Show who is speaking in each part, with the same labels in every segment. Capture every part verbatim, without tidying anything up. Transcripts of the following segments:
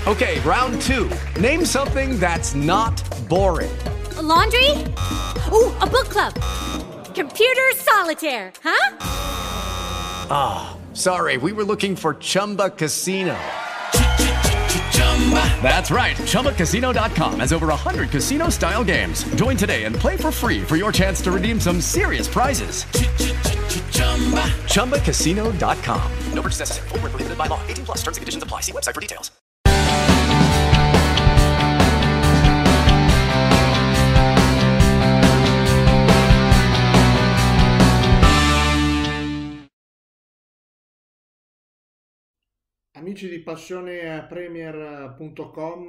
Speaker 1: Okay, round two. Name something that's not boring.
Speaker 2: A laundry? Ooh, a book club. Computer solitaire, huh?
Speaker 1: Ah, oh, sorry, we were looking for Chumba Casino. That's right, Chumba Casino dot com has over one hundred casino-style games. Join today and play for free for your chance to redeem some serious prizes. Chumba Casino dot com. No purchase necessary. Void where prohibited by law. eighteen plus terms and conditions apply. See website for details.
Speaker 3: Amici di passione premier punto com,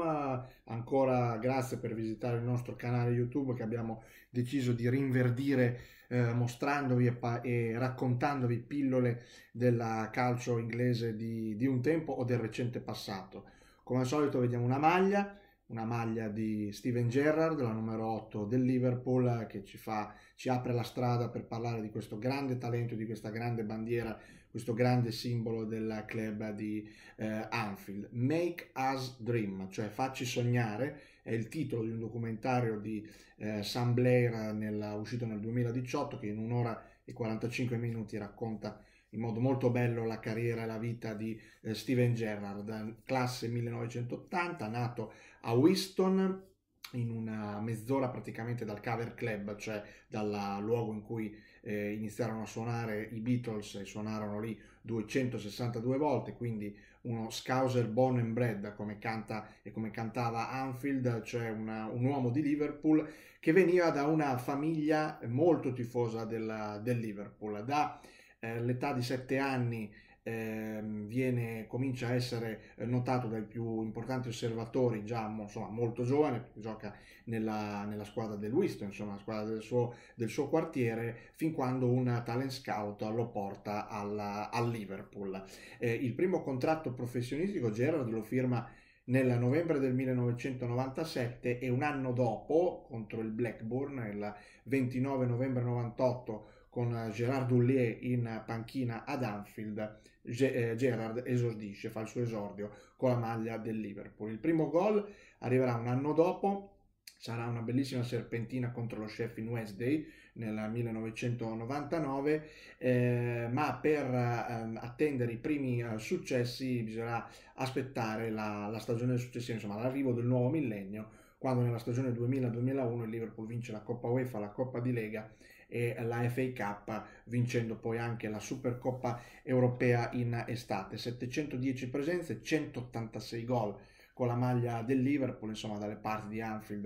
Speaker 3: ancora grazie per visitare il nostro canale YouTube che abbiamo deciso di rinverdire eh, mostrandovi e, pa- e raccontandovi pillole del calcio inglese di, di un tempo o del recente passato. Come al solito vediamo una maglia, una maglia di Steven Gerrard, la numero otto del Liverpool, che ci fa, ci apre la strada per parlare di questo grande talento, di questa grande bandiera, questo grande simbolo del club di eh, Anfield. Make Us Dream, cioè facci sognare, è il titolo di un documentario di eh, Sam Blair nel, uscito nel duemiladiciotto, che in un'ora e quarantacinque minuti racconta in modo molto bello la carriera e la vita di eh, Steven Gerrard, classe millenovecentottanta, nato a Winston, in una mezz'ora praticamente dal Cover Club, cioè dal luogo in cui eh, iniziarono a suonare i Beatles, e suonarono lì duecentosessantadue volte, quindi uno Scouser born and bred, come canta e come cantava Anfield, cioè una, un uomo di Liverpool che veniva da una famiglia molto tifosa del, del Liverpool. Da eh, l'età di sette anni Eh, viene, comincia a essere notato dai più importanti osservatori già insomma, molto giovane, perché gioca nella, nella squadra del Winston, insomma la squadra del suo, del suo quartiere, fin quando un talent scout lo porta al, al Liverpool. Eh, il primo contratto professionistico Gerrard lo firma nel novembre del millenovecentonovantasette e un anno dopo contro il Blackburn, il ventinove novembre novantotto, con Gérard Houllier in panchina ad Anfield, Gerrard esordisce, fa il suo esordio con la maglia del Liverpool. Il primo gol arriverà un anno dopo, sarà una bellissima serpentina contro lo Sheffield Wednesday nel millenovecentonovantanove, eh, ma per eh, attendere i primi eh, successi bisognerà aspettare la, la stagione successiva, insomma l'arrivo del nuovo millennio, quando nella stagione duemila duemilauno il Liverpool vince la Coppa UEFA, la Coppa di Lega e la F A Cup, vincendo poi anche la Supercoppa europea in estate. settecentodieci presenze, centottantasei gol con la maglia del Liverpool, insomma dalle parti di Anfield.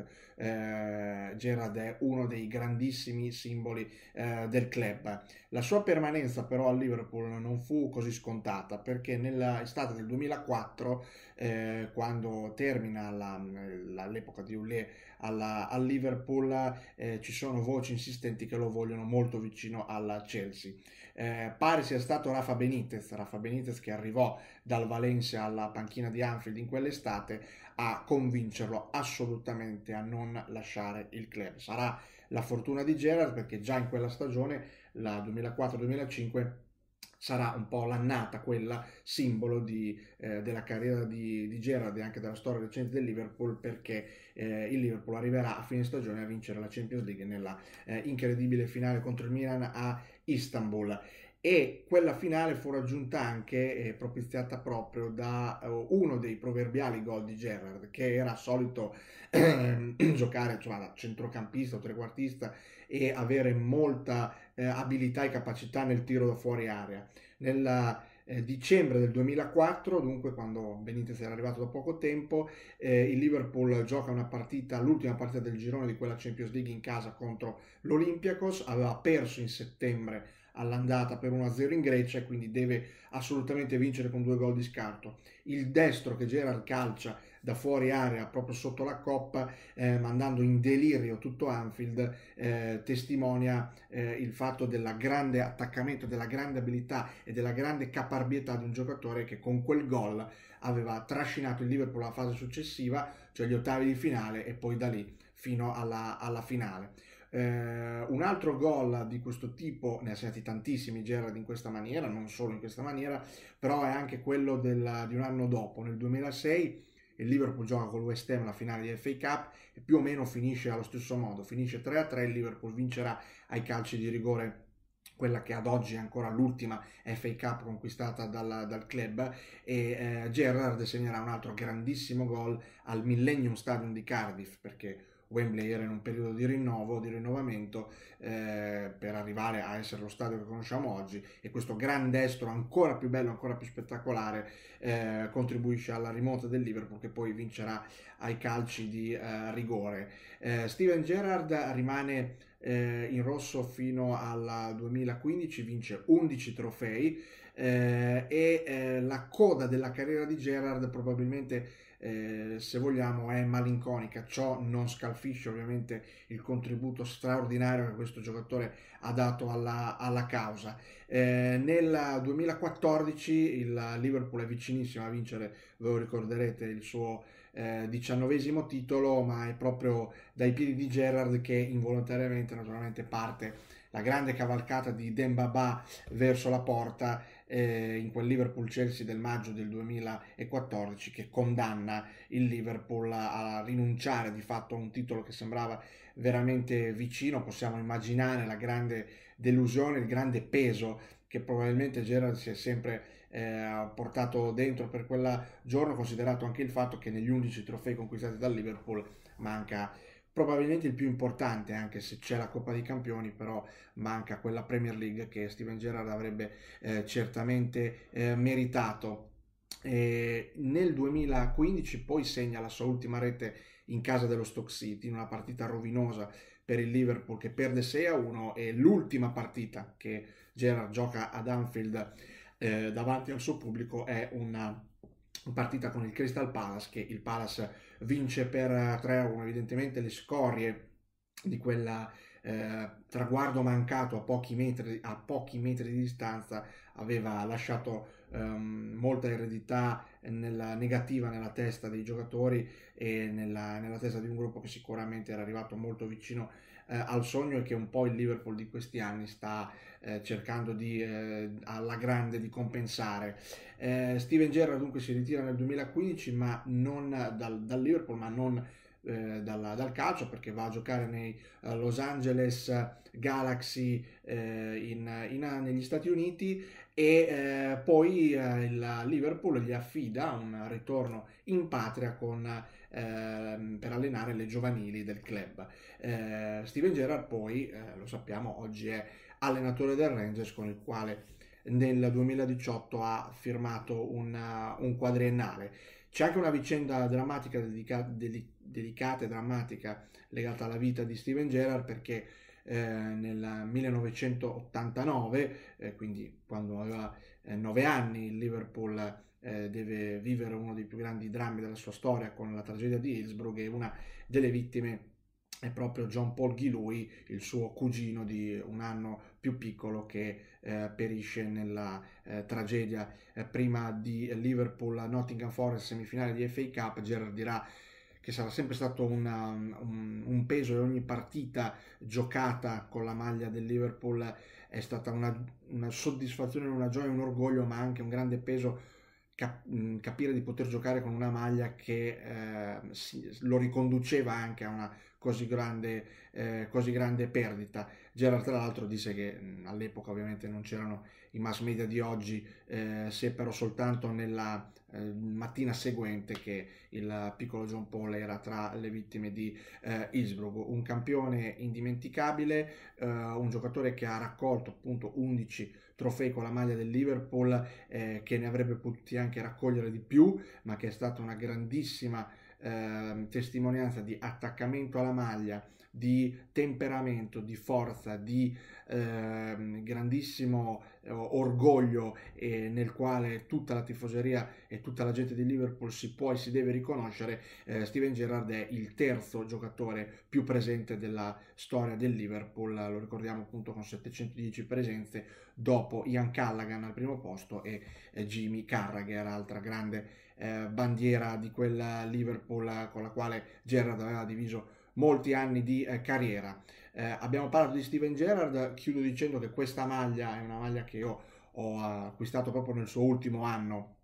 Speaker 3: eh, Gerrard è uno dei grandissimi simboli eh, del club. La sua permanenza però al Liverpool non fu così scontata, perché nell'estate del duemilaquattro, eh, quando termina la, la, l'epoca di Houllier alla, al Liverpool, eh, ci sono voci insistenti che lo vogliono molto vicino alla Chelsea. Eh, pare sia stato Rafa Benitez, Rafa Benitez che arrivò dal Valencia alla panchina di Anfield in quell'estate a convincerlo assolutamente a non lasciare il club. Sarà la fortuna di Gerrard, perché già in quella stagione, la duemilaquattro duemilacinque, sarà un po' l'annata quella simbolo di, eh, della carriera di, di Gerrard e anche della storia recente del Liverpool, perché eh, il Liverpool arriverà a fine stagione a vincere la Champions League nella eh, incredibile finale contro il Milan a Istanbul. E quella finale fu raggiunta anche, eh, propiziata proprio da uh, uno dei proverbiali gol di Gerrard, che era solito eh, giocare, cioè, da centrocampista o trequartista, e avere molta eh, abilità e capacità nel tiro da fuori area. Nel eh, dicembre del duemilaquattro, dunque quando Benitez era arrivato da poco tempo, eh, il Liverpool gioca una partita, l'ultima partita del girone di quella Champions League in casa contro l'Olympiakos. Aveva perso in settembre all'andata per uno a zero in Grecia e quindi deve assolutamente vincere con due gol di scarto. Il destro che Gerrard calcia da fuori area proprio sotto la coppa, eh, mandando in delirio tutto Anfield, eh, testimonia eh, il fatto del grande attaccamento, della grande abilità e della grande caparbietà di un giocatore che con quel gol aveva trascinato il Liverpool alla fase successiva, cioè gli ottavi di finale, e poi da lì fino alla, alla finale. Eh, un altro gol di questo tipo, ne ha segnati tantissimi Gerrard in questa maniera, non solo in questa maniera, però è anche quello del, di un anno dopo, nel duemilasei, il Liverpool gioca con l'West Ham la finale di F A Cup e più o meno finisce allo stesso modo, finisce tre a tre, il Liverpool vincerà ai calci di rigore quella che ad oggi è ancora l'ultima F A Cup conquistata dal, dal club, e eh, Gerrard segnerà un altro grandissimo gol al Millennium Stadium di Cardiff, perché Wembley era in un periodo di rinnovo, di rinnovamento eh, per arrivare a essere lo stadio che conosciamo oggi, e questo gran destro ancora più bello, ancora più spettacolare eh, contribuisce alla rimonta del Liverpool, che poi vincerà ai calci di eh, rigore. Eh, Steven Gerrard rimane eh, in rosso fino al duemilaquindici, vince undici trofei eh, e eh, la coda della carriera di Gerrard probabilmente, eh, se vogliamo, è malinconica. Ciò non scalfisce ovviamente il contributo straordinario che questo giocatore ha dato alla, alla causa. Eh, nel duemilaquattordici il Liverpool è vicinissimo a vincere, ve lo ricorderete, il suo eh, diciannovesimo titolo, ma è proprio dai piedi di Gerrard che involontariamente naturalmente parte la grande cavalcata di Dembaba verso la porta eh, in quel Liverpool-Chelsea del maggio del duemilaquattordici, che condanna il Liverpool a rinunciare di fatto a un titolo che sembrava veramente vicino. Possiamo immaginare la grande delusione, il grande peso che probabilmente Gerrard si è sempre eh, portato dentro per quel giorno, considerato anche il fatto che negli undici trofei conquistati dal Liverpool manca probabilmente il più importante, anche se c'è la Coppa dei Campioni, però manca quella Premier League che Steven Gerrard avrebbe eh, certamente eh, meritato. E nel duemilaquindici poi segna la sua ultima rete in casa dello Stoke City, in una partita rovinosa per il Liverpool che perde sei a uno, e l'ultima partita che Gerrard gioca ad Anfield eh, davanti al suo pubblico è una partita con il Crystal Palace, che il Palace vince per tre a uno. Evidentemente le scorie di quel eh, traguardo mancato a pochi metri, a pochi metri di distanza aveva lasciato um, molta eredità nella, negativa nella testa dei giocatori e nella, nella testa di un gruppo che sicuramente era arrivato molto vicino eh, al sogno, e che un po' il Liverpool di questi anni sta eh, cercando di, eh, alla grande di compensare. Eh, Steven Gerrard dunque si ritira nel duemilaquindici, ma non dal, dal Liverpool, ma non eh, dal, dal calcio, perché va a giocare nei uh, Los Angeles Galaxy eh, in, in, negli Stati Uniti, e eh, poi eh, il Liverpool gli affida un ritorno in patria con, eh, per allenare le giovanili del club. Eh, Steven Gerrard poi, eh, lo sappiamo, oggi è allenatore del Rangers, con il quale nel duemiladiciotto ha firmato una, un quadriennale. C'è anche una vicenda drammatica, dedica, dedic, delicata e drammatica legata alla vita di Steven Gerrard, perché eh, nel millenovecentottantanove, eh, quindi quando aveva eh, nove anni, il Liverpool eh, deve vivere uno dei più grandi drammi della sua storia con la tragedia di Hillsborough, e una delle vittime è proprio John Paul Gilui, il suo cugino di un anno più piccolo, che eh, perisce nella eh, tragedia eh, prima di Liverpool Nottingham Forest semifinale di F A Cup. Gerrard dirà che sarà sempre stato una, un, un peso, e ogni partita giocata con la maglia del Liverpool è stata una, una soddisfazione, una gioia, un orgoglio, ma anche un grande peso cap- capire di poter giocare con una maglia che eh, si, lo riconduceva anche a una così grande, eh, così grande perdita. Gerrard tra l'altro disse che mh, all'epoca ovviamente non c'erano i mass media di oggi, eh, seppero soltanto nella eh, mattina seguente che il piccolo John Paul era tra le vittime di eh, Hillsborough. Un campione indimenticabile, eh, un giocatore che ha raccolto appunto undici trofei con la maglia del Liverpool, eh, che ne avrebbe potuti anche raccogliere di più, ma che è stata una grandissima eh, testimonianza di attaccamento alla maglia, di temperamento, di forza, di eh, grandissimo eh, orgoglio, eh, nel quale tutta la tifoseria e tutta la gente di Liverpool si può e si deve riconoscere. eh, Steven Gerrard è il terzo giocatore più presente della storia del Liverpool, lo ricordiamo appunto con settecentodieci presenze, dopo Ian Callaghan al primo posto e eh, Jimmy Carragher, altra grande eh, bandiera di quella Liverpool eh, con la quale Gerrard aveva diviso molti anni di eh, carriera. Eh, abbiamo parlato di Steven Gerrard, chiudo dicendo che questa maglia è una maglia che io ho acquistato proprio nel suo ultimo anno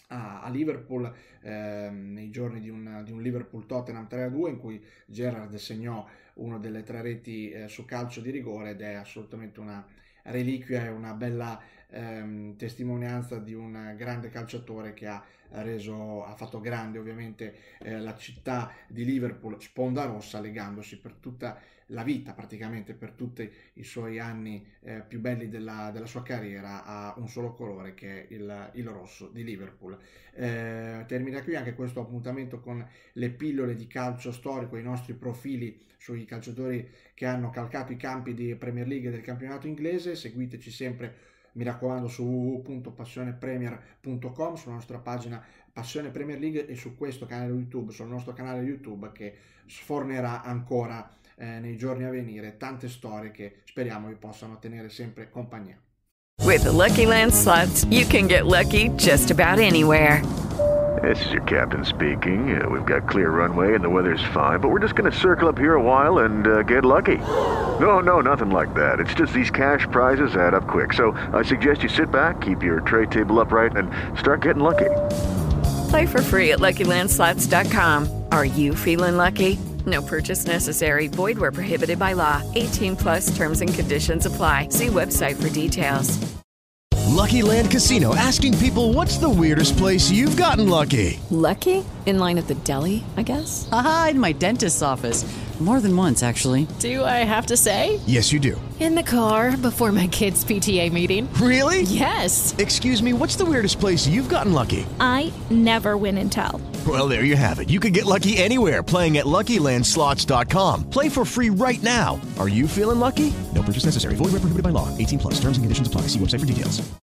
Speaker 3: a, a Liverpool eh, nei giorni di un, di un Liverpool-Tottenham tre a due, in cui Gerrard segnò una delle tre reti eh, su calcio di rigore, ed è assolutamente una reliquia e una bella ehm, testimonianza di un grande calciatore che ha reso, ha fatto grande ovviamente eh, la città di Liverpool, sponda rossa, legandosi per tutta la vita, praticamente per tutti i suoi anni eh, più belli della, della sua carriera, a un solo colore, che è il, il rosso di Liverpool. Eh, termina qui anche questo appuntamento con le pillole di calcio storico, i nostri profili sui calciatori che hanno calcato i campi di Premier League e del campionato inglese. Seguiteci sempre, mi raccomando, su w w w punto passione premier punto com, sulla nostra pagina Passione Premier League, e su questo canale YouTube, sul nostro canale YouTube, che sfornerà ancora eh, nei giorni a venire tante storie che speriamo vi possano tenere sempre compagnia.
Speaker 4: With the Lucky Land Slots, you can get lucky just about anywhere.
Speaker 5: This is your captain speaking. Uh, we've got clear runway and the weather's fine, but we're just going to circle up here a while and uh, get lucky. No, no, nothing like that. It's just these cash prizes add up quick. So I suggest you sit back, keep your tray table upright, and start getting lucky.
Speaker 4: Play for free at lucky land slots dot com. Are you feeling lucky? No purchase necessary. Void where prohibited by law. eighteen plus terms and conditions apply. See website for details.
Speaker 6: Lucky Land Casino, asking people, what's the weirdest place you've gotten lucky?
Speaker 7: Lucky? In line at the deli, I guess?
Speaker 8: Aha, in my dentist's office. More than once, actually.
Speaker 7: Do I have to say?
Speaker 6: Yes, you do.
Speaker 7: In the car before my kids' P T A meeting.
Speaker 6: Really?
Speaker 7: Yes.
Speaker 6: Excuse me, what's the weirdest place you've gotten lucky?
Speaker 9: I never win and tell.
Speaker 6: Well, there you have it. You can get lucky anywhere, playing at lucky land slots dot com. Play for free right now. Are you feeling lucky? No purchase necessary. Void where prohibited by law. eighteen plus. Terms and conditions apply. See website for details.